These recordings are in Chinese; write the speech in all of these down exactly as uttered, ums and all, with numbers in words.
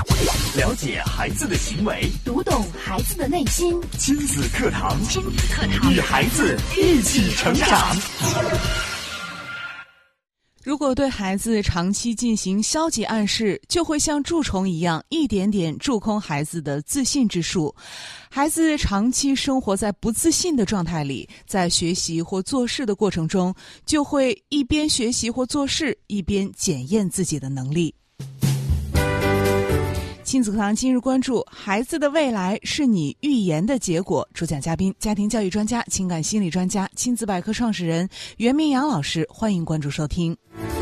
了解孩子的行为， 读懂孩子的内心。 亲子课堂， 亲子课堂， 与孩子一起成长。 如果对孩子长期进行消极暗示，就会像蛀虫一样，一点点蛀空孩子的自信之树。孩子长期生活在不自信的状态里，在学习或做事的过程中，就会一边学习或做事，一边检验自己的能力。亲子课堂今日关注：孩子的未来是你预言的结果。主讲嘉宾：家庭教育专家、情感心理专家、亲子百科创始人袁明阳老师。欢迎关注收听。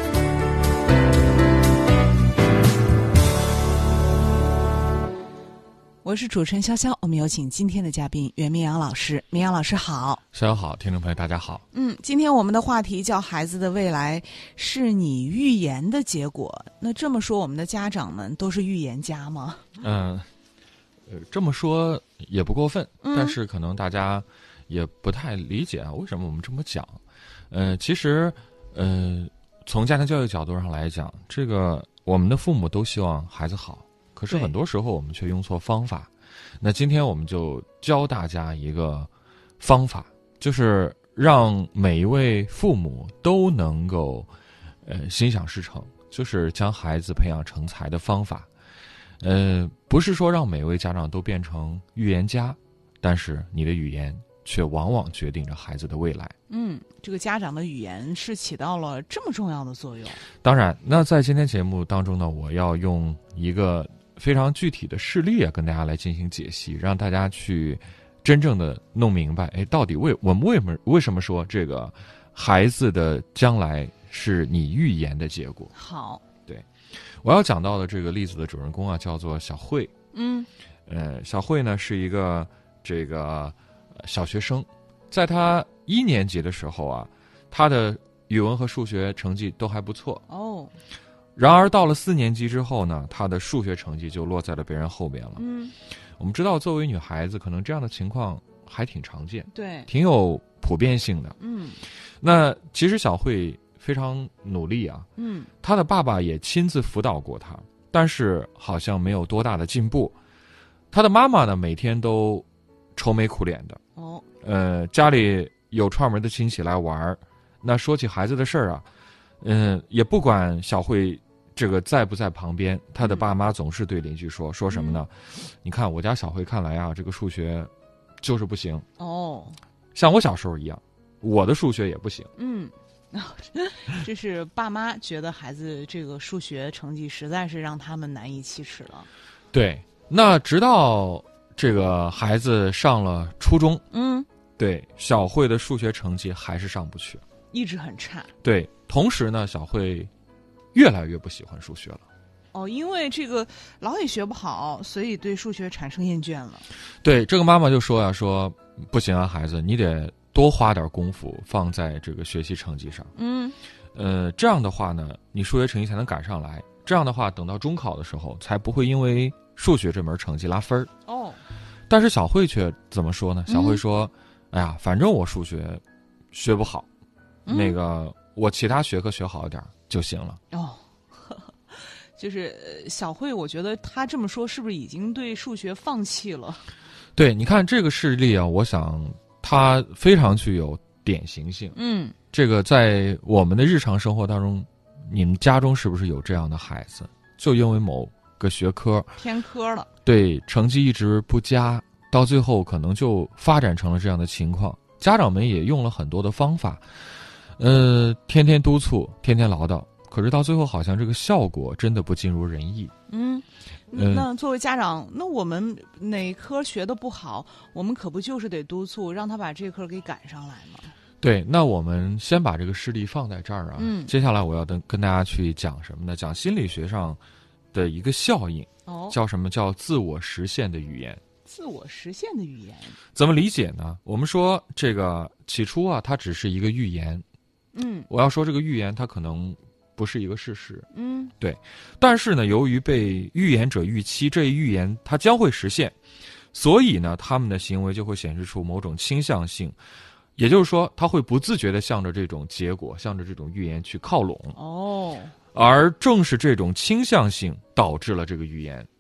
我是主持人潇潇，我们有请今天的嘉宾袁明阳老师。明阳老师好。 潇潇好，听众朋友大家好。 嗯，今天我们的话题叫孩子的未来是你预言的结果。那这么说，我们的家长们都是预言家吗？ 嗯，呃，这么说也不过分， 嗯、 但是可能大家也不太理解啊，为什么我们这么讲？呃，其实，呃，从家庭教育角度上来讲，这个我们的父母都希望孩子好。可是很多时候我们却用错方法。那今天我们就教大家一个方法，就是让每一位父母都能够呃心想事成，就是将孩子培养成才的方法。呃，不是说让每位家长都变成预言家，但是你的语言却往往决定着孩子的未来。 嗯，这个家长的语言是起到了这么重要的作用。 当然，那在今天节目当中呢，我要用一个非常具体的事例啊，跟大家来进行解析，让大家去真正的弄明白，哎，到底为我们为什么为什么说这个孩子的将来是你预言的结果？ 好， 对，我要讲到的这个例子的主人公啊，叫做小慧。 嗯， 呃，小慧呢是一个这个小学生，在她一年级的时候啊，她的语文和数学成绩都还不错。 哦。 然而到了四年级之后呢，她的数学成绩就落在了别人后面了。 嗯， 我们知道，作为女孩子，可能这样的情况还挺常见， 对， 挺有普遍性的。 嗯， 那其实小慧非常努力啊， 嗯， 她的爸爸也亲自辅导过她，但是好像没有多大的进步。她的妈妈呢，每天都愁眉苦脸的。 哦， 呃，家里有串门的亲戚来玩，那说起孩子的事儿啊，嗯、呃，也不管小慧这个在不在旁边，他的爸妈总是对邻居说说什么呢？嗯、你看我家小慧看来啊，这个数学就是不行。 哦， 像我小时候一样，我的数学也不行。 嗯，这是爸妈觉得孩子这个数学成绩实在是让他们难以启齿了。 对，那直到这个孩子上了初中， 嗯， 对，小慧的数学成绩还是上不去， 一直很差。 对，同时呢，小慧越来越不喜欢数学了。 哦，因为这个老也学不好，所以对数学产生厌倦了。 对，这个妈妈就说呀、啊，说不行啊，孩子，你得多花点功夫放在这个学习成绩上。 嗯， 呃，这样的话呢，你数学成绩才能赶上来。这样的话，等到中考的时候，才不会因为数学这门成绩拉分儿。 哦， 但是小慧却怎么说呢？小慧说：“嗯、哎呀，反正我数学学不好，嗯、那个我其他学科学好一点就行了。” 哦，就是小慧，我觉得她这么说是不是已经对数学放弃了？ 对，你看这个事例啊，我想它非常具有典型性。 嗯， 这个在我们的日常生活当中，你们家中是不是有这样的孩子？就因为某个学科偏科了， 对，成绩一直不佳，到最后可能就发展成了这样的情况。家长们也用了很多的方法，呃，天天督促，天天唠叨，可是到最后好像这个效果真的不尽如人意。 嗯，那作为家长，那我们哪科学的不好，我们可不就是得督促，让他把这科给赶上来吗？ 对，那我们先把这个事例放在这儿啊。 嗯， 接下来我要跟跟大家去讲什么呢？讲心理学上的一个效应， 哦， 叫什么？叫自我实现的语言。 自我实现的语言怎么理解呢？我们说这个起初啊，它只是一个预言。 嗯， 我要说这个预言，它可能不是一个事实。 嗯， 对。但是呢，由于被预言者预期这一预言它将会实现，所以呢，他们的行为就会显示出某种倾向性。也就是说，他会不自觉地向着这种结果，向着这种预言去靠拢。 哦， 而正是这种倾向性导致了这个预言。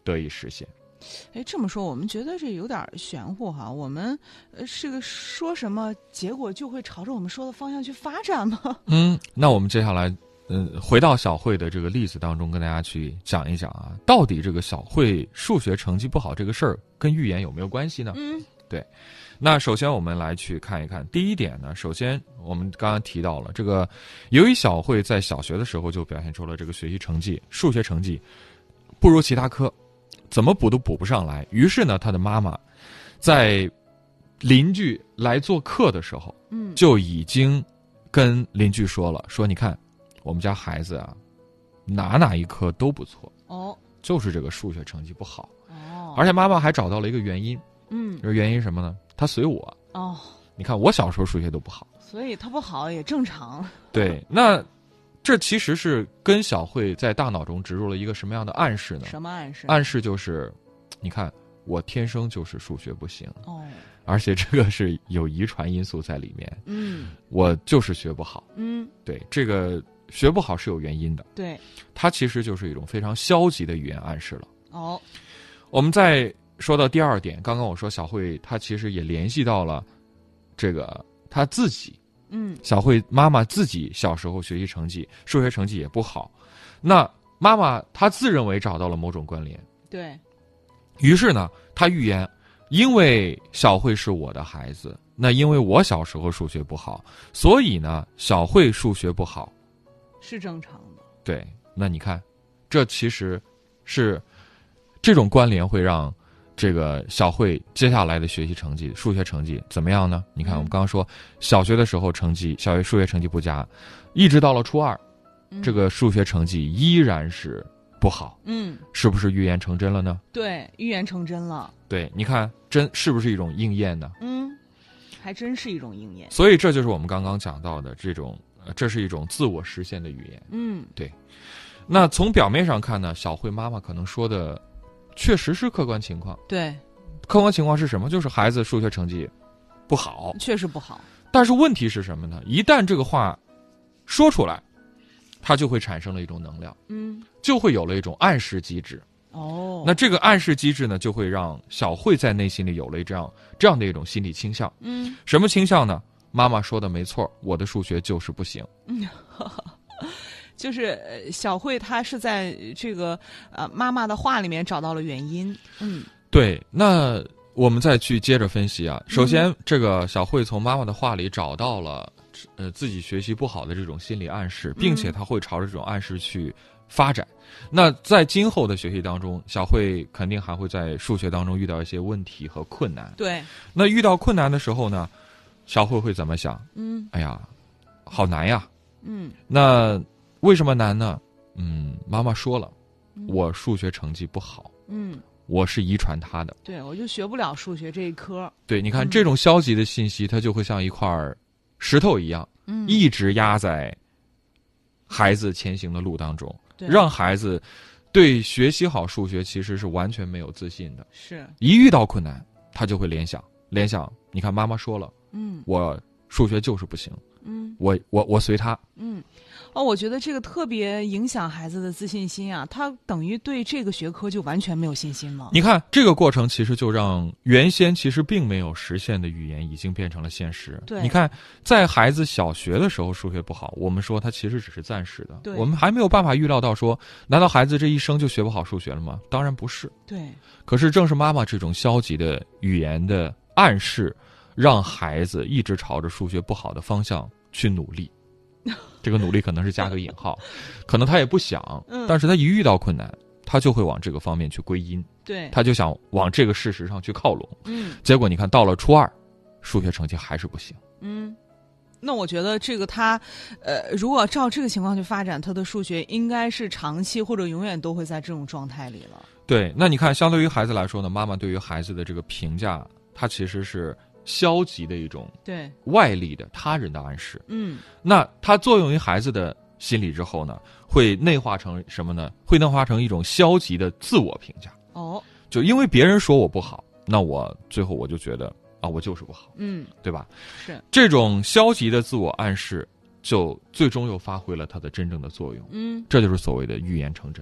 得以实现。 哎，这么说我们觉得这有点玄乎哈。我们呃是个说什么，结果就会朝着我们说的方向去发展吗？ 嗯，那我们接下来，嗯、呃，回到小慧的这个例子当中，跟大家去讲一讲啊，到底这个小慧数学成绩不好这个事儿跟预言有没有关系呢？ 嗯， 对。那首先我们来去看一看，第一点呢，首先我们刚刚提到了这个，由于小慧在小学的时候就表现出了这个学习成绩、数学成绩不如其他科。怎么补都补不上来，于是呢，他的妈妈在邻居来做客的时候， 嗯， 就已经跟邻居说了，说你看，我们家孩子啊，哪哪一科都不错， 哦， 就是这个数学成绩不好， 哦， 而且妈妈还找到了一个原因， 嗯， 这原因是什么呢？他随我， 哦， 你看我小时候数学都不好， 所以他不好也正常。 对，那这其实是跟小慧在大脑中植入了一个什么样的暗示呢？ 什么暗示？ 暗示就是，你看我天生就是数学不行， 哦， 而且这个是有遗传因素在里面， 嗯， 我就是学不好， 嗯， 对，这个学不好是有原因的， 对， 它其实就是一种非常消极的语言暗示了。 哦， 我们再说到第二点，刚刚我说小慧她其实也联系到了这个她自己。 嗯， 小慧妈妈自己小时候学习成绩、数学成绩也不好，那妈妈她自认为找到了某种关联， 对， 于是呢，她预言，因为小慧是我的孩子，那因为我小时候数学不好，所以呢，小慧数学不好是正常的。 对，那你看，这其实是这种关联会让这个小慧接下来的学习成绩、数学成绩怎么样呢？你看，我们刚刚说，小学的时候成绩，小学数学成绩不佳，一直到了初二， 嗯、 这个数学成绩依然是不好。 嗯， 是不是预言成真了呢？ 对，预言成真了。 对，你看，真是不是一种应验呢？ 嗯，还真是一种应验。 所以这就是我们刚刚讲到的这种，呃，这是一种自我实现的语言。 嗯， 对。那从表面上看呢，小慧妈妈可能说的确实是客观情况。 对， 客观情况是什么？就是孩子数学成绩不好， 确实不好。 但是问题是什么呢？一旦这个话说出来，它就会产生了一种能量， 嗯， 就会有了一种暗示机制。 哦， 那这个暗示机制呢，就会让小慧在内心里有了这样这样的一种心理倾向。 嗯， 什么倾向呢？妈妈说的没错，我的数学就是不行。 嗯，就是小慧她是在这个呃妈妈的话里面找到了原因。嗯， 对。那我们再去接着分析啊。首先，嗯、这个小慧从妈妈的话里找到了呃自己学习不好的这种心理暗示，并且她会朝着这种暗示去发展。那在今后的学习当中，小慧肯定还会在数学当中遇到一些问题和困难。 对。 那遇到困难的时候呢，小慧会怎么想？ 嗯， 哎呀，好难呀。 嗯， 那为什么难呢？嗯，妈妈说了，我数学成绩不好。 嗯， 我是遗传他的。 对，我就学不了数学这一科。 对，你看、嗯、这种消极的信息，它就会像一块石头一样， 嗯， 一直压在孩子前行的路当中，让孩子对学习好数学其实是完全没有自信的。 是， 一遇到困难，他就会联想，联想，你看妈妈说了， 嗯， 我数学就是不行， 嗯， 我我我随他， 嗯。哦，我觉得这个特别影响孩子的自信心啊，他等于对这个学科就完全没有信心了。 你看这个过程，其实就让原先其实并没有实现的语言已经变成了现实。 对， 你看在孩子小学的时候数学不好，我们说他其实只是暂时的， 对， 我们还没有办法预料到说，难道孩子这一生就学不好数学了吗？当然不是。 对。 可是正是妈妈这种消极的语言的暗示，让孩子一直朝着数学不好的方向去努力。这个努力可能是加个引号，可能他也不想， 嗯， 但是他一遇到困难，他就会往这个方面去归因， 对， 他就想往这个事实上去靠拢， 嗯， 结果你看到了初二，数学成绩还是不行， 嗯，那我觉得这个他，呃，如果照这个情况去发展，他的数学应该是长期或者永远都会在这种状态里了。 对，那你看，相对于孩子来说呢，妈妈对于孩子的这个评价，它其实是消极的一种对外力的他人的暗示， 嗯， 那它作用于孩子的心理之后呢，会内化成什么呢？会内化成一种消极的自我评价。 哦， 就因为别人说我不好，那我最后我就觉得啊，我就是不好， 嗯， 对吧？ 是这种消极的自我暗示，就最终又发挥了它的真正的作用， 嗯， 这就是所谓的预言成真了。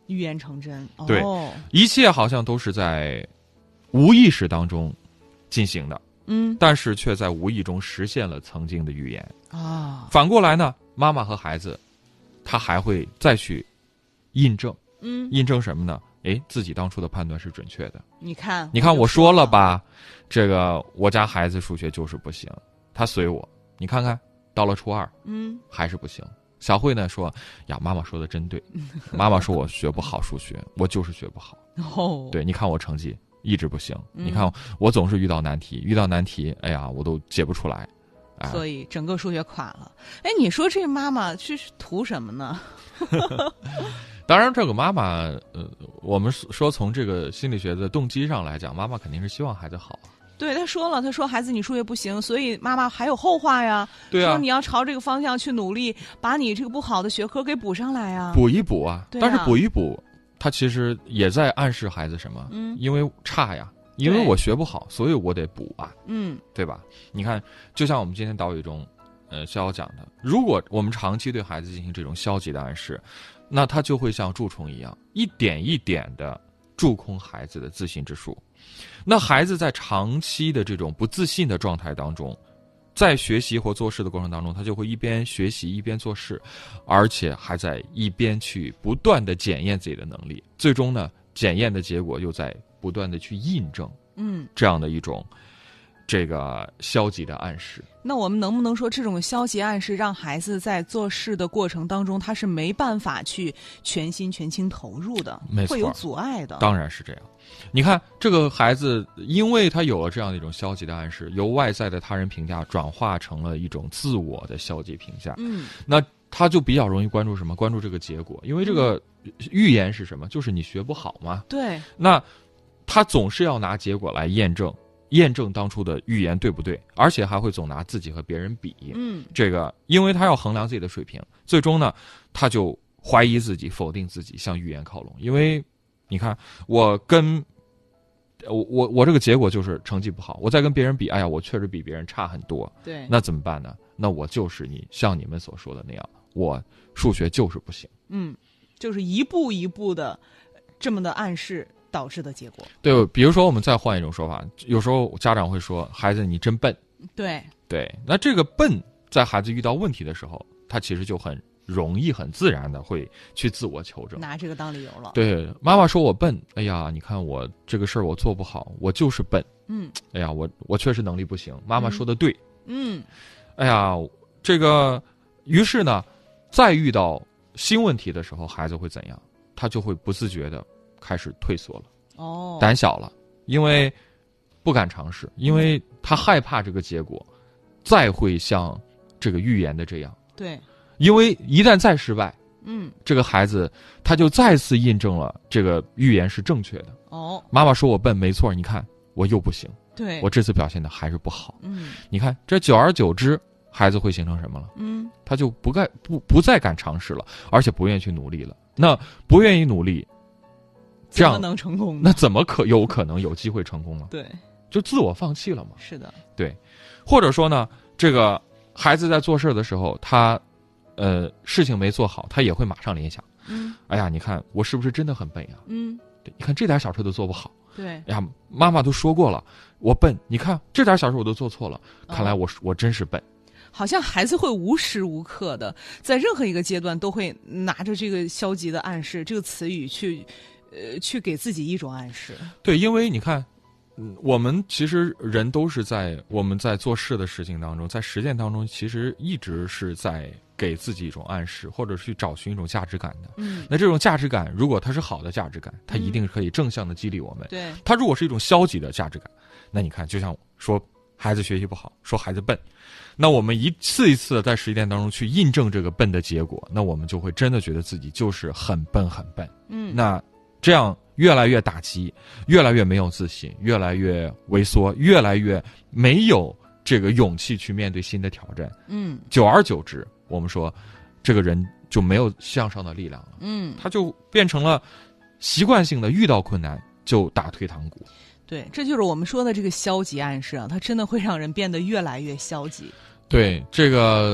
预言成真。 对， 哦、 一切好像都是在无意识当中进行的， 嗯， 但是却在无意中实现了曾经的预言啊。 反过来呢，妈妈和孩子，他还会再去印证， 嗯， 印证什么呢？诶，自己当初的判断是准确的。 你看， 你看我说了吧，这个我家孩子数学就是不行，他随我。你看看，到了初二， 嗯， 还是不行。小慧呢说：“呀，妈妈说的真对，妈妈说我学不好数学，我就是学不好。 哦， 对，你看我成绩一直不行，嗯、你看我总是遇到难题，遇到难题，哎呀，我都解不出来。哎、 所以整个数学垮了。哎，你说这妈妈是图什么呢？” 当然，这个妈妈，呃，我们说从这个心理学的动机上来讲，妈妈肯定是希望孩子好。 对，他说了，他说孩子你数学不行，所以妈妈还有后话呀。 对啊， 说你要朝这个方向去努力，把你这个不好的学科给补上来啊， 补一补啊。 对啊， 但是补一补，他其实也在暗示孩子什么？嗯，因为差呀，因为我学不好，所以我得补啊。 嗯， 对吧？你看，就像我们今天导语中，呃，逍遥讲的，如果我们长期对孩子进行这种消极的暗示，那他就会像蛀虫一样，一点一点的蛀空孩子的自信之树。那孩子在长期的这种不自信的状态当中，在学习或做事的过程当中，他就会一边学习一边做事，而且还在一边去不断的检验自己的能力，最终呢，检验的结果又在不断的去印证， 嗯， 这样的一种这个消极的暗示。 那我们能不能说，这种消极暗示让孩子在做事的过程当中，他是没办法去全心全情投入的， 没错， 会有阻碍的？ 当然是这样。你看，这个孩子，因为他有了这样的一种消极的暗示，由外在的他人评价转化成了一种自我的消极评价。 嗯， 那他就比较容易关注什么？关注这个结果，因为这个预言是什么？就是你学不好嘛。 对。 那他总是要拿结果来验证。验证当初的预言对不对，而且还会总拿自己和别人比。 嗯， 这个因为他要衡量自己的水平，最终呢，他就怀疑自己，否定自己，向预言靠拢。因为你看，我跟我我我这个结果就是成绩不好，我再跟别人比，哎呀，我确实比别人差很多。 对， 那怎么办呢？那我就是你像你们所说的那样，我数学就是不行。 嗯，就是一步一步的这么的暗示导致的结果。 对，比如说我们再换一种说法，有时候家长会说：“孩子，你真笨。” 对对，那这个笨在孩子遇到问题的时候，他其实就很容易、很自然的会去自我求证， 拿这个当理由了。 对，妈妈说我笨，哎呀，你看我这个事儿我做不好，我就是笨。 嗯， 哎呀，我我确实能力不行。妈妈说的对。 嗯， 哎呀，这个，于是呢，再遇到新问题的时候，孩子会怎样？他就会不自觉的开始退缩了， 哦， 胆小了，因为不敢尝试，因为他害怕这个结果再会像这个预言的这样。 对， 因为一旦再失败， 嗯， 这个孩子他就再次印证了这个预言是正确的。 哦， 妈妈说我笨，没错，你看我又不行， 对， 我这次表现的还是不好。 嗯， 你看这久而久之，孩子会形成什么了？ 嗯， 他就不该不不再敢尝试了，而且不愿意去努力了。那不愿意努力，这样怎么能成功呢？ 那怎么可有可能有机会成功呢？ 对， 就自我放弃了嘛。 是的， 对，或者说呢，这个孩子在做事的时候，他呃事情没做好，他也会马上联想， 嗯， 哎呀，你看我是不是真的很笨呀？ 嗯， 对，你看这点小事都做不好。 对， 哎呀，妈妈都说过了，我笨，你看这点小事我都做错了，看来我、哦、我真是笨。 好像孩子会无时无刻的，在任何一个阶段都会拿着这个消极的暗示这个词语去，呃，去给自己一种暗示。 对，因为你看，嗯，我们其实人都是在我们在做事的事情当中，在实践当中，其实一直是在给自己一种暗示，或者去找寻一种价值感的。 嗯， 那这种价值感，如果它是好的价值感，它一定是可以正向的激励我们。 对， 它如果是一种消极的价值感，那你看，就像说孩子学习不好，说孩子笨。那我们一次一次的在实践当中去印证这个笨的结果，那我们就会真的觉得自己就是很笨很笨。 嗯， 那这样越来越打击，越来越没有自信，越来越萎缩，越来越没有这个勇气去面对新的挑战。 嗯， 久而久之，我们说这个人就没有向上的力量了。 嗯， 他就变成了习惯性的遇到困难就打退堂鼓。 对，这就是我们说的这个消极暗示啊，它真的会让人变得越来越消极。 对，这个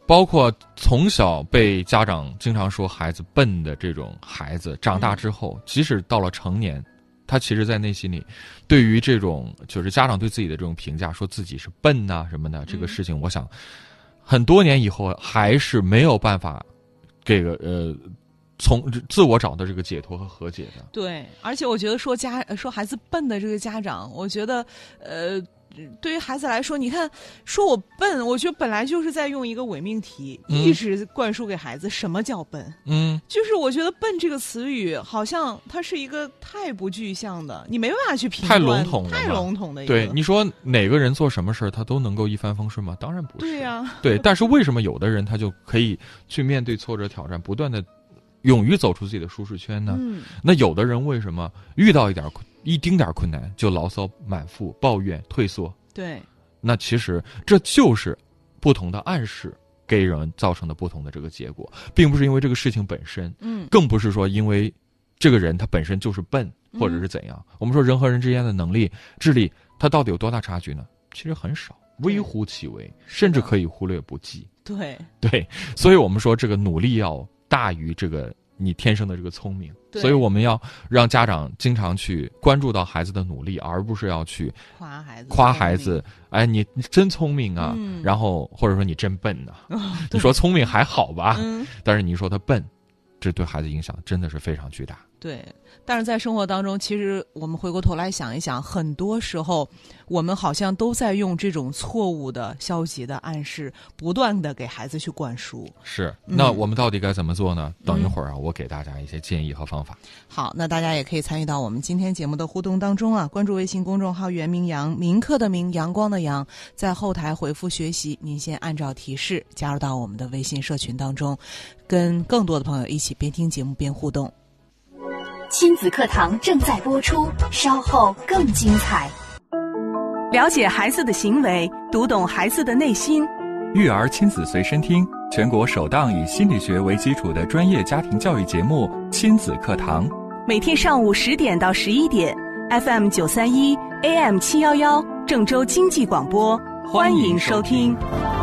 包括从小被家长经常说孩子笨的这种孩子，长大之后，嗯、即使到了成年，他其实在内心里，对于这种就是家长对自己的这种评价，说自己是笨呐、啊、什么的这个事情，我想很多年以后还是没有办法这个呃。从自我找到这个解脱和和解的。 对，而且我觉得说家说孩子笨的这个家长，我觉得呃，对于孩子来说，你看说我笨，我觉得本来就是在用一个伪命题，嗯、一直灌输给孩子什么叫笨。嗯，就是我觉得笨这个词语好像它是一个太不具象的，你没办法去评太笼统了， 太笼统的一个。 对，你说哪个人做什么事儿他都能够一帆风顺吗？当然不是。 对呀、啊， 对，但是为什么有的人他就可以去面对挫折挑战，不断的勇于走出自己的舒适圈呢？嗯，那有的人为什么遇到一点一丁点困难就牢骚满腹、抱怨、退缩？ 对， 那其实这就是不同的暗示给人造成的不同的这个结果，并不是因为这个事情本身，嗯，更不是说因为这个人他本身就是笨或者是怎样。嗯、我们说人和人之间的能力、智力，它到底有多大差距呢？其实很少，微乎其微，甚至可以忽略不计。 对对，所以我们说这个努力要大于这个你天生的这个聪明，所以我们要让家长经常去关注到孩子的努力，而不是要去夸孩子夸孩子。哎，你你真聪明啊！嗯、然后或者说你真笨啊！哦、你说聪明还好吧？嗯、但是你说他笨，这对孩子影响真的是非常巨大。 对，但是在生活当中，其实我们回过头来想一想，很多时候我们好像都在用这种错误的、消极的暗示，不断的给孩子去灌输。 是，那我们到底该怎么做呢？嗯、等一会儿啊，我给大家一些建议和方法。 好，那大家也可以参与到我们今天节目的互动当中啊，关注微信公众号“袁明阳”，明课的明，阳光的阳，在后台回复“学习”，您先按照提示加入到我们的微信社群当中，跟更多的朋友一起边听节目边互动。 亲子课堂正在播出，稍后更精彩。 了解孩子的行为，读懂孩子的内心。 育儿亲子随身听，全国首档以心理学为基础的专业家庭教育节目《亲子课堂》， 每天上午十点到十一点 ，F M 九三一 A M 七幺幺，郑州经济广播，欢迎收听。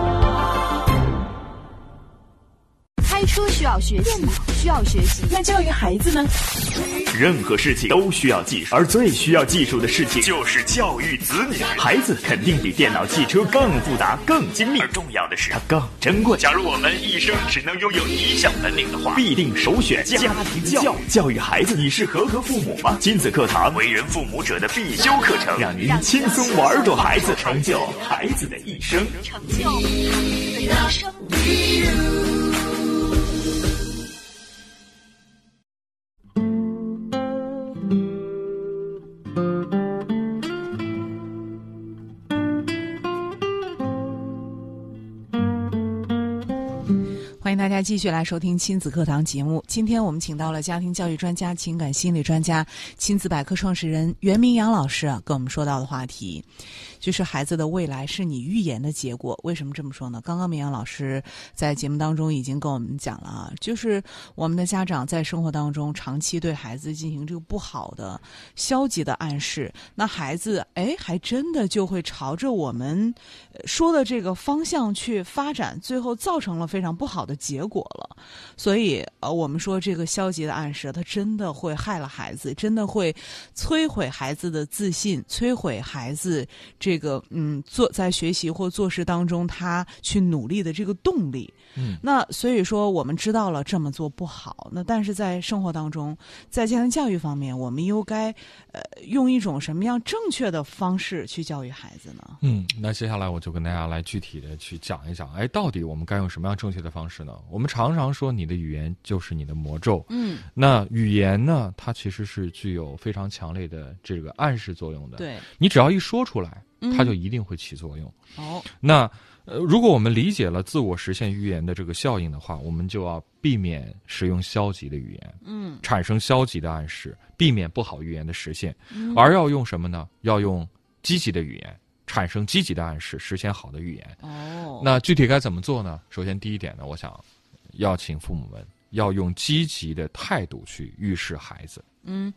开车需要学习，电脑需要学习，那教育孩子呢？ 任何事情都需要技术，而最需要技术的事情就是教育子女。孩子肯定比电脑、汽车更复杂、更精密，而重要的是它更珍贵。假如我们一生只能拥有一项本领的话，必定首选家庭教育。教育孩子，你是合格父母吗？亲子课堂，为人父母者的必修课程，让您轻松玩转孩子，成就孩子的一生， 成就孩子的一生。 欢迎大家继续来收听亲子课堂节目。今天我们请到了家庭教育专家、情感心理专家、亲子百科创始人袁明阳老师啊，跟我们说到的话题就是孩子的未来是你预言的结果。为什么这么说呢？刚刚明阳老师在节目当中已经跟我们讲了啊，就是我们的家长在生活当中长期对孩子进行这个不好的、消极的暗示，那孩子哎，还真的就会朝着我们说的这个方向去发展，最后造成了非常不好的结果了。所以呃，我们说这个消极的暗示，它真的会害了孩子，真的会摧毁孩子的自信，摧毁孩子这个嗯做在学习或做事当中他去努力的这个动力。嗯，那所以说我们知道了这么做不好，那但是在生活当中，在家庭教育方面，我们又该呃用一种什么样正确的方式去教育孩子呢？ 嗯，那接下来我就跟大家来具体的去讲一讲，哎，到底我们该用什么样正确的方式呢？我们常常说你的语言就是你的魔咒，嗯，那语言呢，它其实是具有非常强烈的这个暗示作用的， 对， 你只要一说出来，它就一定会起作用。哦，那呃，如果我们理解了自我实现预言的这个效应的话，我们就要避免使用消极的语言，嗯，产生消极的暗示，避免不好预言的实现，嗯，而要用什么呢？要用积极的语言，产生积极的暗示，实现好的预言。哦，那具体该怎么做呢？首先第一点呢，我想要请父母们要用积极的态度去预示孩子。 嗯，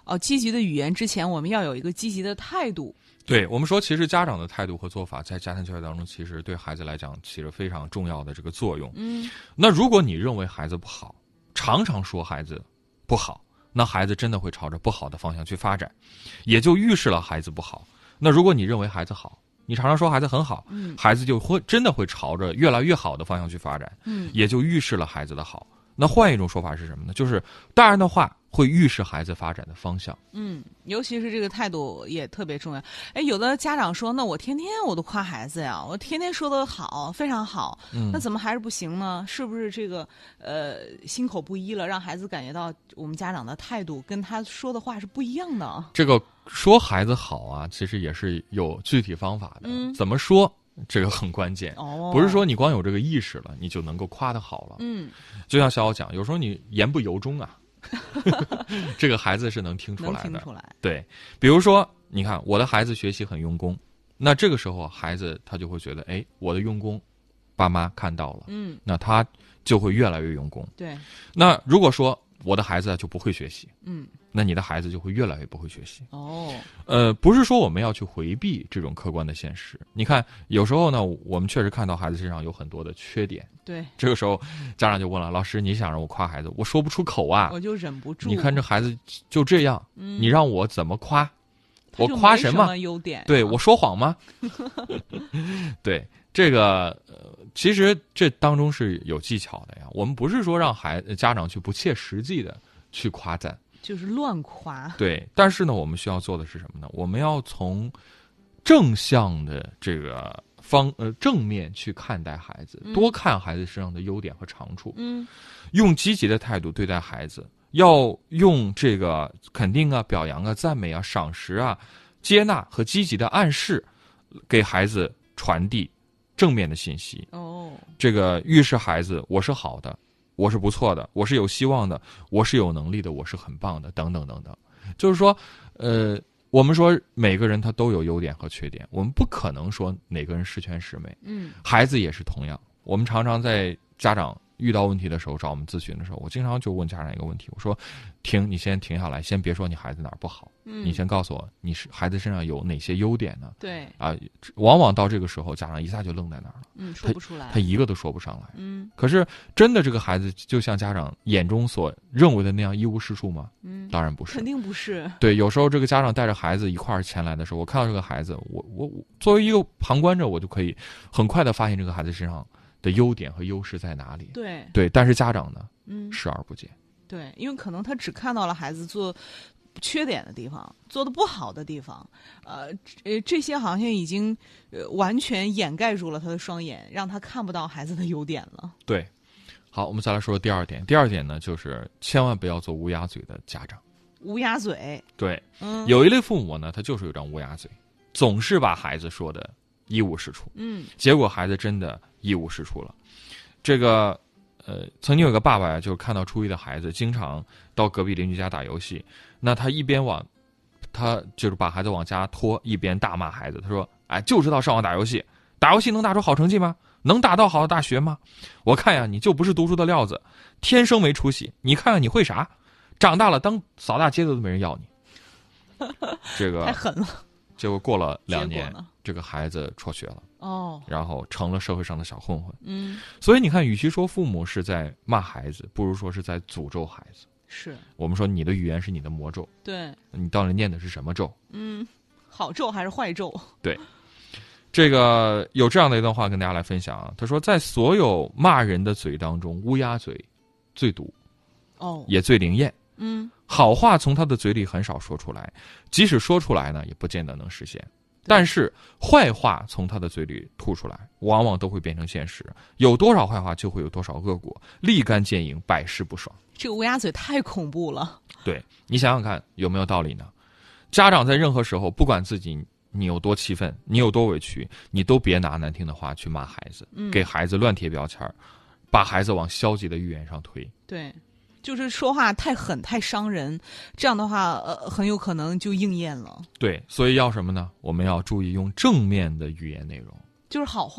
哦，积极的语言之前，我们要有一个积极的态度。 对，我们说，其实家长的态度和做法，在家庭教育当中，其实对孩子来讲起着非常重要的这个作用。 嗯， 那如果你认为孩子不好，常常说孩子不好，那孩子真的会朝着不好的方向去发展，也就预示了孩子不好。那如果你认为孩子好，你常常说孩子很好， 嗯， 孩子就会真的会朝着越来越好的方向去发展， 嗯， 也就预示了孩子的好。那换一种说法是什么呢？就是大人的话会预示孩子发展的方向。 嗯，尤其是这个态度也特别重要。哎，有的家长说，那我天天我都夸孩子呀，我天天说的好，非常好， 嗯， 那怎么还是不行呢？是不是这个呃心口不一了，让孩子感觉到我们家长的态度跟他说的话是不一样的？ 这个说孩子好啊，其实也是有具体方法的。 嗯， 怎么说？这个很关键， 哦， 不是说你光有这个意识了，你就能够夸他好了。 嗯， 就像小奥讲，有时候你言不由衷啊，这个孩子是能听出来的。 能听出来。 对，比如说，你看我的孩子学习很用功，那这个时候孩子他就会觉得，哎，我的用功，爸妈看到了， 嗯， 那他就会越来越用功。 对。 那如果说我的孩子就不会学习， 嗯， 那你的孩子就会越来越不会学习。 哦， 呃，不是说我们要去回避这种客观的现实。你看，有时候呢，我们确实看到孩子身上有很多的缺点。 对， 这个时候家长就问了，老师，你想让我夸孩子，我说不出口啊， 我就忍不住。 你看这孩子就这样， 嗯， 你让我怎么夸？我夸什么优点？啊、 对，我说谎吗？对，这个呃，其实这当中是有技巧的呀。我们不是说让孩家长去不切实际的去夸赞， 就是乱夸。 对，但是呢，我们需要做的是什么呢？我们要从正向的这个方呃正面去看待孩子， 嗯、 多看孩子身上的优点和长处， 嗯， 用积极的态度对待孩子，要用这个肯定啊、表扬啊、赞美啊、赏识啊、接纳和积极的暗示，给孩子传递正面的信息。 哦， 这个预示孩子我是好的，我是不错的，我是有希望的，我是有能力的，我是很棒的，等等等等。就是说，呃，我们说每个人他都有优点和缺点，我们不可能说哪个人十全十美。 嗯， 孩子也是同样。我们常常在家长遇到问题的时候找我们咨询的时候，我经常就问家长一个问题，我说：停，你先停下来，先别说你孩子哪儿不好， 嗯， 你先告诉我，你是孩子身上有哪些优点呢？ 对啊，往往到这个时候，家长一下就愣在那儿了， 嗯，说不出来， 他一个都说不上来。 嗯， 可是真的这个孩子就像家长眼中所认为的那样一无是处吗？ 嗯， 当然不是， 肯定不是。 对，有时候这个家长带着孩子一块儿前来的时候，我看到这个孩子，我我我作为一个旁观者，我就可以很快的发现这个孩子身上的优点和优势在哪里。 对对，但是家长呢， 嗯， 视而不见。 对，因为可能他只看到了孩子做缺点的地方，做的不好的地方，呃，呃，这些好像已经呃完全掩盖住了他的双眼，让他看不到孩子的优点了。 对，好，我们再来说第二点。第二点呢，就是千万不要做乌鸦嘴的家长。 乌鸦嘴， 对， 嗯， 有一类父母呢，他就是有张乌鸦嘴，总是把孩子说的一无是处， 嗯， 结果孩子真的一无是处了。这个。呃，曾经有个爸爸呀，就看到初一的孩子经常到隔壁邻居家打游戏，那他一边往，他就是把孩子往家拖，一边大骂孩子。他说：“哎，就知道上网打游戏，打游戏能打出好成绩吗？能打到好的大学吗？我看呀，你就不是读书的料子，天生没出息。你看看你会啥？长大了当扫大街的都没人要你。”这个太狠了。 结果过了两年，这个孩子辍学了。 哦， 然后成了社会上的小混混。 嗯， 所以你看，与其说父母是在骂孩子，不如说是在诅咒孩子。 是我们说你的语言是你的魔咒， 对， 你到底念的是什么咒？ 嗯，好咒还是坏咒？ 对，这个有这样的一段话跟大家来分享啊。他说，在所有骂人的嘴当中，乌鸦嘴最毒， 哦， 也最灵验。 嗯， 好话从他的嘴里很少说出来，即使说出来呢，也不见得能实现。但是坏话从他的嘴里吐出来，往往都会变成现实。有多少坏话，就会有多少恶果，立竿见影，百试不爽。 这个乌鸦嘴太恐怖了。 对，你想想看，有没有道理呢？家长在任何时候，不管自己你有多气愤，你有多委屈，你都别拿难听的话去骂孩子， 嗯， 给孩子乱贴标签，把孩子往消极的预言上推。 对。就是说话太狠太伤人，这样的话呃很有可能就应验了。 对，所以要什么呢？我们要注意用正面的语言内容， 就是好话。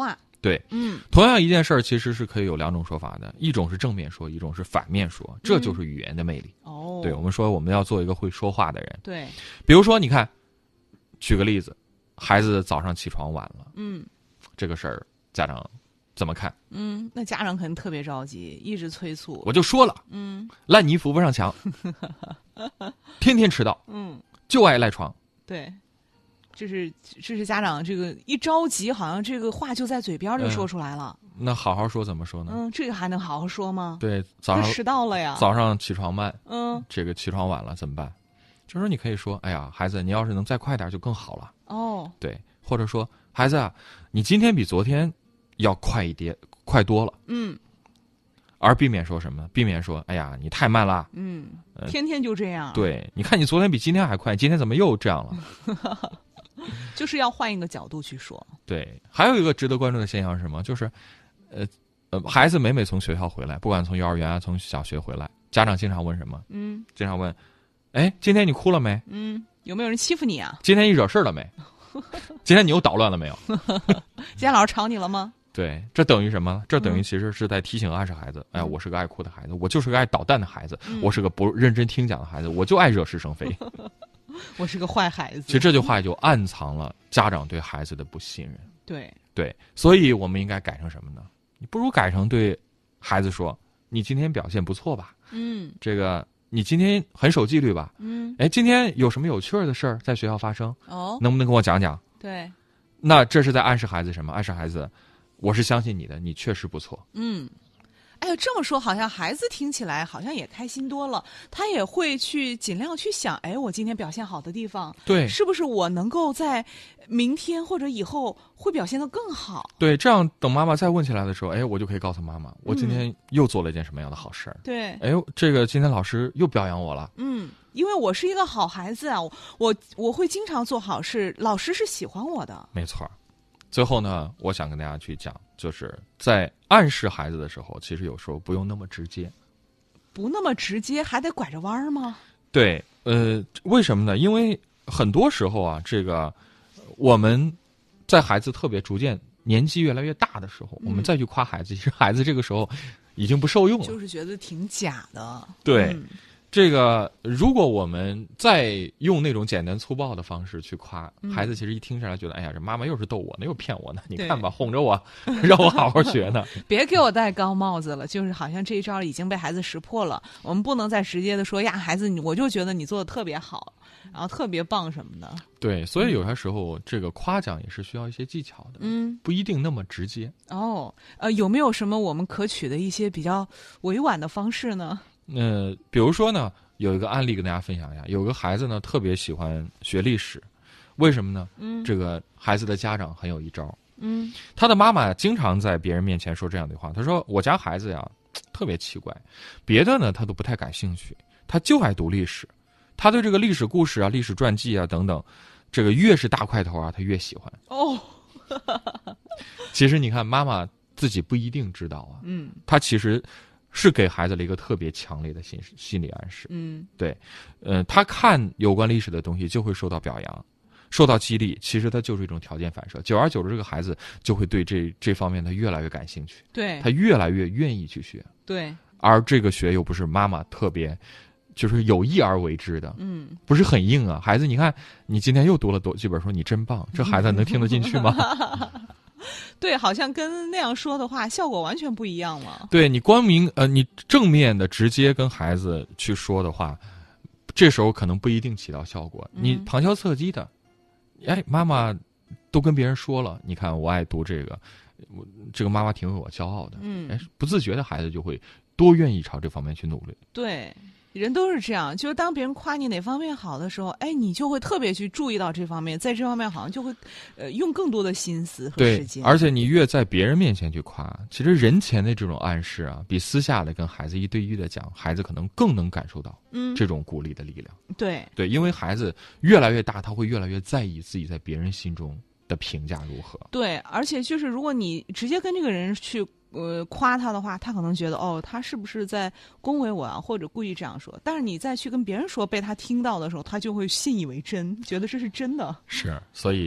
对， 嗯， 同样一件事儿其实是可以有两种说法的，一种是正面说，一种是反面说，这就是语言的魅力。 哦， 对，我们说我们要做一个会说话的人。 对， 比如说，你看，举个例子，孩子早上起床晚了， 嗯， 这个事儿家长怎么看？ 嗯，那家长肯定特别着急，一直催促。 我就说了， 嗯， 烂泥扶不上墙，天天迟到， 嗯， 就爱赖床。 对，这是这是家长这个一着急，好像这个话就在嘴边就说出来了。 嗯、那好好说怎么说呢？ 嗯，这个还能好好说吗？ 对，早上迟到了呀， 早上起床慢， 嗯， 这个起床晚了怎么办？就说你可以说，哎呀，孩子，你要是能再快点就更好了。 哦， 对，或者说，孩子啊，你今天比昨天要快一点，快多了。 嗯， 而避免说什么？避免说，哎呀，你太慢了。 嗯， 呃、 天天就这样。 对，你看你昨天比今天还快，今天怎么又这样了？ 就是要换一个角度去说。 对，还有一个值得关注的现象是什么？就是，呃呃，孩子每每从学校回来，不管从幼儿园啊，从小学回来，家长经常问什么？ 嗯， 经常问，哎，今天你哭了没？ 嗯，有没有人欺负你啊？ 今天你惹事了没？今天你又捣乱了没有？ 今天老师吵你了吗？ 对，这等于什么？这等于其实是在提醒暗示孩子，哎呀，我是个爱哭的孩子，我就是个爱捣蛋的孩子， 嗯、 我是个不认真听讲的孩子，我就爱惹是生非。 我是个坏孩子。 其实这句话也就暗藏了家长对孩子的不信任。 对对，所以我们应该改成什么呢？你不如改成对孩子说：“你今天表现不错吧？ 嗯， 这个你今天很守纪律吧？ 嗯， 哎，今天有什么有趣的事儿在学校发生？ 哦， 能不能跟我讲讲？” 对， 那这是在暗示孩子什么？暗示孩子，我是相信你的，你确实不错。 嗯。哎呦，这么说好像孩子听起来好像也开心多了，他也会去尽量去想，哎，我今天表现好的地方， 对， 是不是我能够在明天或者以后会表现得更好？ 对，这样等妈妈再问起来的时候，哎，我就可以告诉妈妈，我今天又做了一件什么样的好事儿。 嗯、对， 哎呦，这个今天老师又表扬我了。 嗯，因为我是一个好孩子啊，我我会经常做好事，老师是喜欢我的。 没错。最后呢，我想跟大家去讲，就是在暗示孩子的时候，其实有时候不用那么直接， 不那么直接，还得拐着弯吗？ 对，呃，为什么呢？因为很多时候啊，这个我们在孩子特别逐渐年纪越来越大的时候， 嗯、 我们再去夸孩子，其实孩子这个时候已经不受用了， 就是觉得挺假的。 对。 嗯， 这个，如果我们再用那种简单粗暴的方式去夸、嗯、孩子，其实一听上来觉得，哎呀，这妈妈又是逗我呢，又骗我呢。你看吧，哄着我，让我好好学呢。 别给我戴高帽子了，就是好像这一招已经被孩子识破了。我们不能再直接的说呀，孩子，我就觉得你做的特别好，然后特别棒什么的。 对，所以有些时候、嗯、这个夸奖也是需要一些技巧的， 嗯， 不一定那么直接。 哦，呃，有没有什么我们可取的一些比较委婉的方式呢？ 呃，比如说呢，有一个案例跟大家分享一下，有个孩子呢特别喜欢学历史，为什么呢？嗯，这个孩子的家长很有一招。 嗯， 他的妈妈经常在别人面前说这样的话，他说：“我家孩子呀，特别奇怪，别的呢他都不太感兴趣，他就爱读历史，他对这个历史故事啊、历史传记啊等等，这个越是大块头啊，他越喜欢。”哦，其实你看，妈妈自己不一定知道啊，嗯，他其实是给孩子了一个特别强烈的心心理暗示。嗯，对，呃，他看有关历史的东西就会受到表扬，受到激励，其实它就是一种条件反射。久而久之，这个孩子就会对这这方面他越来越感兴趣， 对， 他越来越愿意去学。 对， 而这个学又不是妈妈特别就是有意而为之的，嗯，不是很硬啊。孩子，你看你今天又读了多几本书，你真棒，这孩子能听得进去吗？ 对，好像跟那样说的话效果完全不一样了。 对，你光明呃，你正面的直接跟孩子去说的话，这时候可能不一定起到效果。嗯、你旁敲侧击的，哎，妈妈都跟别人说了，你看我爱读这个，我这个妈妈挺为我骄傲的。嗯，哎，不自觉的孩子就会多愿意朝这方面去努力。 对。人都是这样，就是当别人夸你哪方面好的时候，哎，你就会特别去注意到这方面，在这方面好像就会，呃，用更多的心思和时间。 对，而且你越在别人面前去夸，其实人前的这种暗示啊，比私下的跟孩子一对一的讲，孩子可能更能感受到嗯这种鼓励的力量。 嗯、对对，因为孩子越来越大，他会越来越在意自己在别人心中的评价如何。 对，而且就是如果你直接跟这个人去。呃，夸他的话，他可能觉得哦，他是不是在恭维我啊，或者故意这样说？但是你再去跟别人说，被他听到的时候，他就会信以为真，觉得这是真的。 是，所以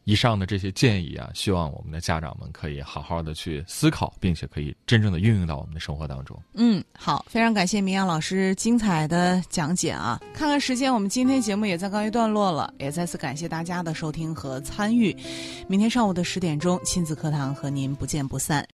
以上的这些建议啊，希望我们的家长们可以好好的去思考，并且可以真正的运用到我们的生活当中。 嗯，好，非常感谢明阳老师精彩的讲解啊！看看时间，我们今天节目也在告一段落了，也再次感谢大家的收听和参与。明天上午的十点钟，亲子课堂和您不见不散。